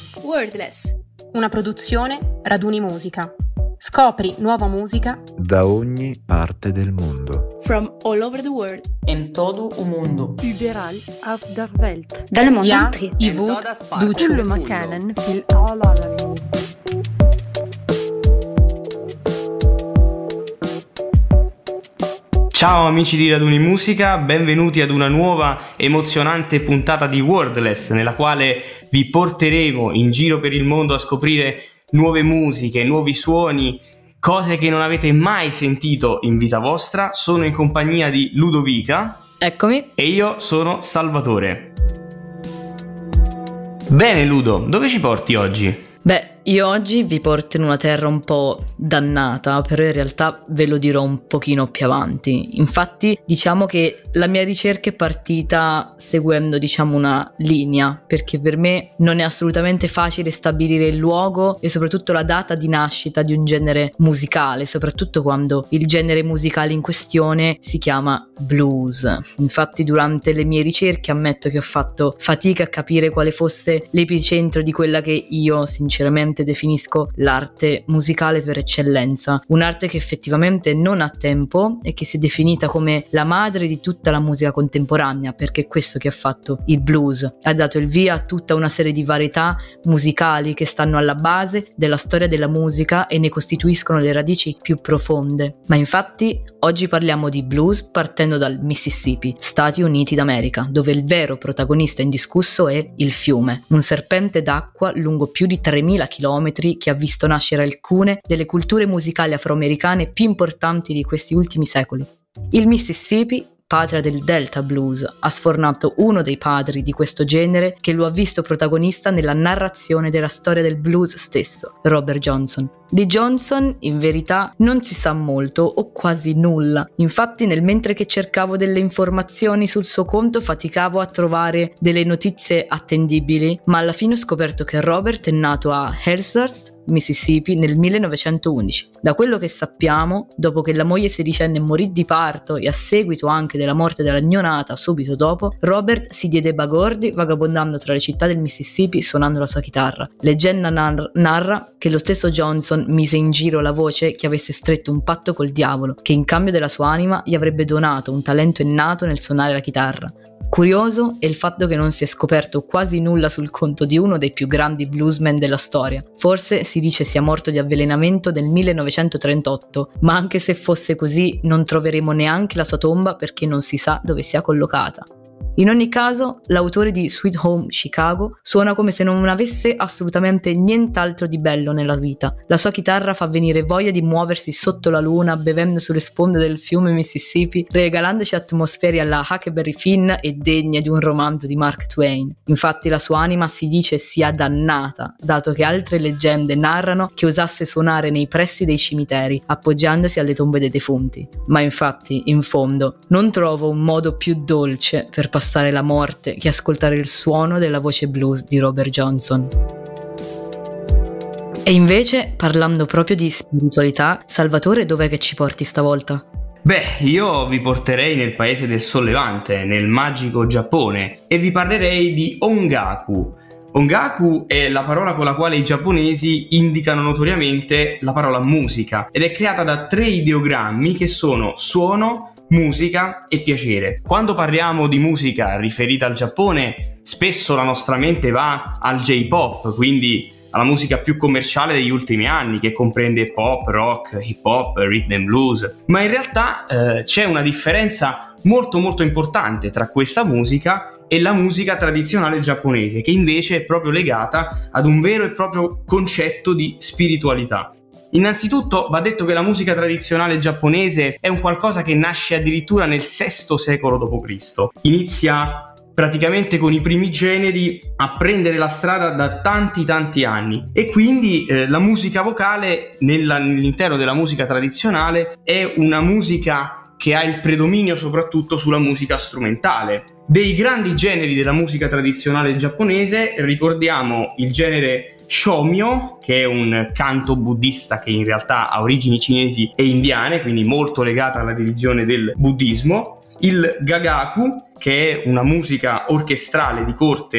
Wordless, una produzione Raduni Musica. Scopri nuova musica da ogni parte del mondo. From all over the world. In todo o mundo. Überall auf der Welt. Dans le monde Ja, entier. Ivud, Duciu. كل مكان في العالم. Ciao amici di Raduni Musica, benvenuti ad una nuova emozionante puntata di Wordless, nella quale vi porteremo in giro per il mondo a scoprire nuove musiche, nuovi suoni, cose che non avete mai sentito in vita vostra. Sono in compagnia di Ludovica. Eccomi. E io sono Salvatore. Bene Ludo, dove ci porti oggi? Beh, io oggi vi porto in una terra un po' dannata, però in realtà ve lo dirò un pochino più avanti. Infatti, diciamo che la mia ricerca è partita seguendo, una linea, perché per me non è assolutamente facile stabilire il luogo e soprattutto la data di nascita di un genere musicale, soprattutto quando il genere musicale in questione si chiama blues. Infatti, durante le mie ricerche ammetto che ho fatto fatica a capire quale fosse l'epicentro di quella che io sinceramente definisco l'arte musicale per eccellenza, un'arte che effettivamente non ha tempo e che si è definita come la madre di tutta la musica contemporanea, perché è questo che ha fatto il blues, ha dato il via a tutta una serie di varietà musicali che stanno alla base della storia della musica e ne costituiscono le radici più profonde. Ma infatti oggi parliamo di blues partendo dal Mississippi, Stati Uniti d'America, dove il vero protagonista indiscusso è il fiume, un serpente d'acqua lungo più di 3000 chilometri che ha visto nascere alcune delle culture musicali afroamericane più importanti di questi ultimi secoli. Il Mississippi, patria del Delta Blues, ha sfornato uno dei padri di questo genere che lo ha visto protagonista nella narrazione della storia del blues stesso, Robert Johnson. Di Johnson, in verità, non si sa molto o quasi nulla. Infatti, nel mentre che cercavo delle informazioni sul suo conto, faticavo a trovare delle notizie attendibili, ma alla fine ho scoperto che Robert è nato a Elmhurst, Mississippi, nel 1911. Da quello che sappiamo, dopo che la moglie sedicenne morì di parto e a seguito anche della morte della neonata subito dopo, Robert si diede bagordi vagabondando tra le città del Mississippi suonando la sua chitarra. Leggenda narra che lo stesso Johnson mise in giro la voce che avesse stretto un patto col diavolo, che in cambio della sua anima gli avrebbe donato un talento innato nel suonare la chitarra. Curioso è il fatto che non si è scoperto quasi nulla sul conto di uno dei più grandi bluesmen della storia. Forse si dice sia morto di avvelenamento nel 1938, ma anche se fosse così non troveremo neanche la sua tomba perché non si sa dove sia collocata. In ogni caso, l'autore di Sweet Home Chicago suona come se non avesse assolutamente nient'altro di bello nella vita. La sua chitarra fa venire voglia di muoversi sotto la luna, bevendo sulle sponde del fiume Mississippi, regalandoci atmosfere alla Huckleberry Finn e degne di un romanzo di Mark Twain. Infatti la sua anima si dice sia dannata, dato che altre leggende narrano che osasse suonare nei pressi dei cimiteri, appoggiandosi alle tombe dei defunti. Ma infatti, in fondo, non trovo un modo più dolce per passare la morte che ascoltare il suono della voce blues di Robert Johnson. E invece, parlando proprio di spiritualità, Salvatore, dov'è che ci porti stavolta? Beh, io vi porterei nel paese del Sollevante, nel magico Giappone, e vi parlerei di Ongaku. Ongaku è la parola con la quale i giapponesi indicano notoriamente la parola musica ed è creata da 3 ideogrammi che sono suono, musica e piacere. Quando parliamo di musica riferita al Giappone, spesso la nostra mente va al J-pop, quindi alla musica più commerciale degli ultimi anni, che comprende pop, rock, hip hop, rhythm and blues. Ma in realtà c'è una differenza molto molto importante tra questa musica e la musica tradizionale giapponese, che invece è proprio legata ad un vero e proprio concetto di spiritualità. Innanzitutto va detto che la musica tradizionale giapponese è un qualcosa che nasce addirittura nel VI secolo d.C. Inizia praticamente con i primi generi a prendere la strada da tanti anni e quindi la musica vocale nell'interno della musica tradizionale è una musica che ha il predominio soprattutto sulla musica strumentale. Dei grandi generi della musica tradizionale giapponese ricordiamo il genere Shōmyō, che è un canto buddista che in realtà ha origini cinesi e indiane, quindi molto legata alla religione del buddismo, il Gagaku, che è una musica orchestrale di corte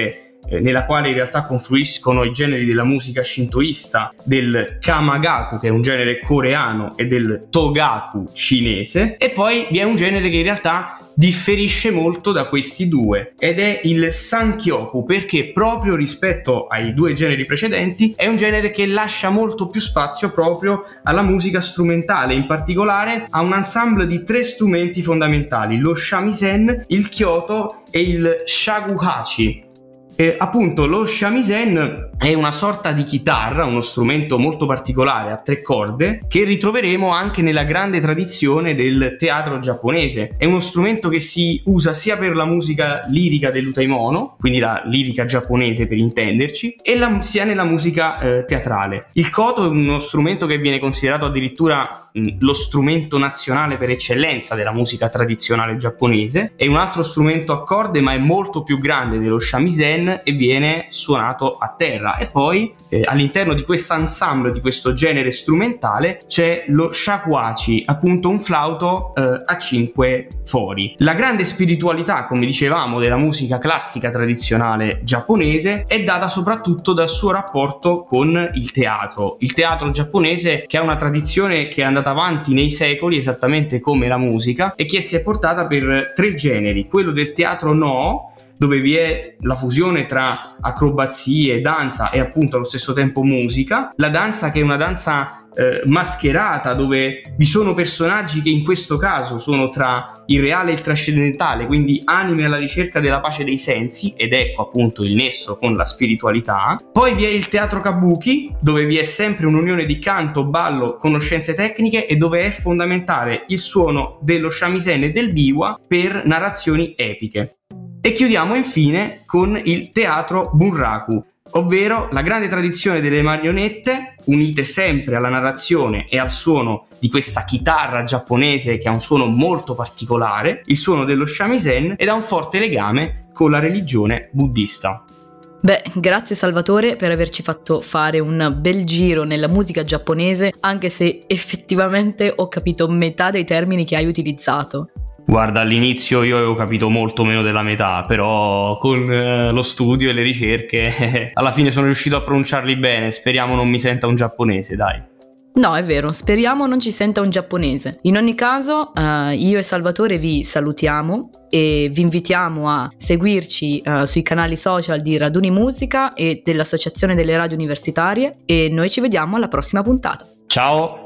nella quale in realtà confluiscono i generi della musica shintoista, del kamagaku, che è un genere coreano, e del togaku cinese, e poi vi è un genere che in realtà differisce molto da questi due, ed è il sankyoku, perché proprio rispetto ai due generi precedenti è un genere che lascia molto più spazio proprio alla musica strumentale, in particolare a un ensemble di 3 strumenti fondamentali: lo shamisen, il kyoto e il shakuhachi. Appunto, lo shamisen è una sorta di chitarra, uno strumento molto particolare a 3 corde, che ritroveremo anche nella grande tradizione del teatro giapponese. È uno strumento che si usa sia per la musica lirica dell'utaimono, quindi la lirica giapponese per intenderci, e sia nella musica teatrale. Il koto è uno strumento che viene considerato addirittura lo strumento nazionale per eccellenza della musica tradizionale giapponese. È un altro strumento a corde, ma è molto più grande dello shamisen e viene suonato a terra. E poi all'interno di questo ensemble, di questo genere strumentale, c'è lo shakuhachi, appunto un flauto a 5 fori. La grande spiritualità, come dicevamo, della musica classica tradizionale giapponese è data soprattutto dal suo rapporto con il teatro giapponese, che ha una tradizione che è andata avanti nei secoli, esattamente come la musica, e che si è portata per 3 generi: quello del teatro no, dove vi è la fusione tra acrobazie, danza e appunto allo stesso tempo musica; la danza, che è una danza mascherata, dove vi sono personaggi che in questo caso sono tra il reale e il trascendentale, quindi anime alla ricerca della pace dei sensi, ed ecco appunto il nesso con la spiritualità. Poi vi è il teatro kabuki, dove vi è sempre un'unione di canto, ballo, conoscenze tecniche, e dove è fondamentale il suono dello shamisen e del biwa per narrazioni epiche. E chiudiamo infine con il teatro bunraku, ovvero la grande tradizione delle marionette unite sempre alla narrazione e al suono di questa chitarra giapponese che ha un suono molto particolare, il suono dello shamisen, ed ha un forte legame con la religione buddista. Beh, grazie Salvatore per averci fatto fare un bel giro nella musica giapponese, anche se effettivamente ho capito metà dei termini che hai utilizzato. Guarda, all'inizio io avevo capito molto meno della metà, però con lo studio e le ricerche alla fine sono riuscito a pronunciarli bene. Speriamo non mi senta un giapponese, dai. No, è vero, speriamo non ci senta un giapponese. In ogni caso, io e Salvatore vi salutiamo e vi invitiamo a seguirci sui canali social di Raduni Musica e dell'Associazione delle Radio Universitarie, e noi ci vediamo alla prossima puntata. Ciao!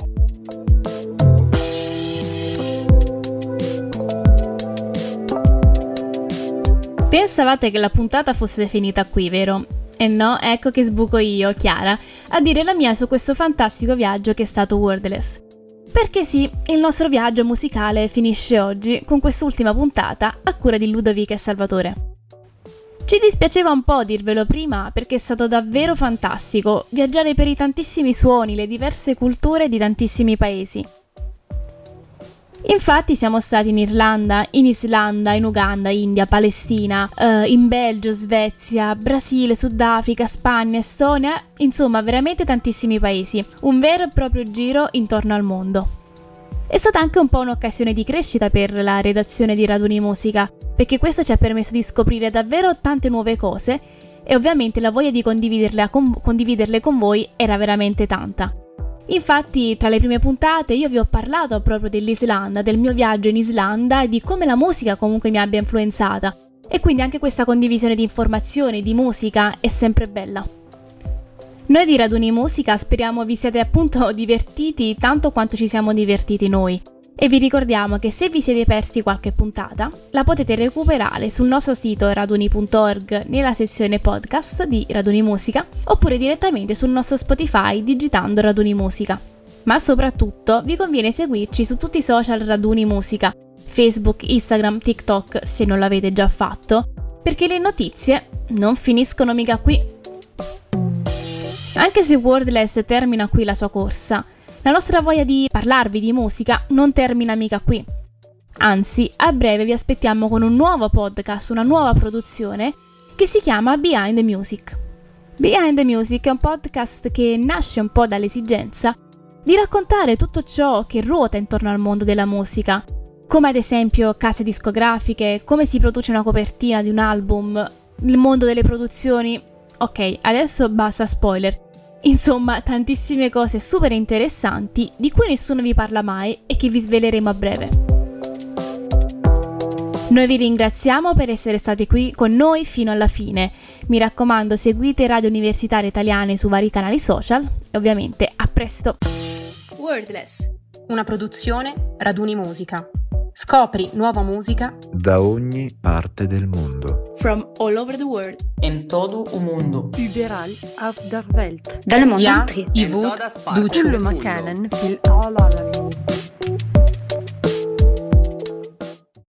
Pensavate che la puntata fosse finita qui, vero? E no, ecco che sbuco io, Chiara, a dire la mia su questo fantastico viaggio che è stato Wordless. Perché sì, il nostro viaggio musicale finisce oggi con quest'ultima puntata a cura di Ludovica e Salvatore. Ci dispiaceva un po' dirvelo prima, perché è stato davvero fantastico viaggiare per i tantissimi suoni, le diverse culture di tantissimi paesi. Infatti siamo stati in Irlanda, in Islanda, in Uganda, India, Palestina, in Belgio, Svezia, Brasile, Sudafrica, Spagna, Estonia, insomma veramente tantissimi paesi, un vero e proprio giro intorno al mondo. È stata anche un po' un'occasione di crescita per la redazione di Raduni Musica, perché questo ci ha permesso di scoprire davvero tante nuove cose e ovviamente la voglia di condividerle con voi era veramente tanta. Infatti, tra le prime puntate io vi ho parlato proprio dell'Islanda, del mio viaggio in Islanda e di come la musica comunque mi abbia influenzata. E quindi anche questa condivisione di informazioni, di musica, è sempre bella. Noi di Raduni Musica speriamo vi siate appunto divertiti tanto quanto ci siamo divertiti noi. E vi ricordiamo che se vi siete persi qualche puntata, la potete recuperare sul nostro sito raduni.org nella sezione podcast di Raduni Musica, oppure direttamente sul nostro Spotify digitando Raduni Musica. Ma soprattutto vi conviene seguirci su tutti i social Raduni Musica, Facebook, Instagram, TikTok se non l'avete già fatto, perché le notizie non finiscono mica qui. Anche se Wordless termina qui la sua corsa, la nostra voglia di parlarvi di musica non termina mica qui. Anzi, a breve vi aspettiamo con un nuovo podcast, una nuova produzione che si chiama Behind the Music. Behind the Music è un podcast che nasce un po' dall'esigenza di raccontare tutto ciò che ruota intorno al mondo della musica, come ad esempio case discografiche, come si produce una copertina di un album, il mondo delle produzioni. Ok, adesso basta spoiler. Insomma, tantissime cose super interessanti di cui nessuno vi parla mai e che vi sveleremo a breve. Noi vi ringraziamo per essere stati qui con noi fino alla fine. Mi raccomando, seguite Radio Universitaria Italiane su vari canali social e ovviamente a presto. Wordless, una produzione Raduni Musica. Scopri nuova musica Da ogni parte del mondo. From all over the world. In todo o mundo. Überall auf der Welt. Dans le monde Ja, entier. Ivud, Duciu. كل مكان في العالم.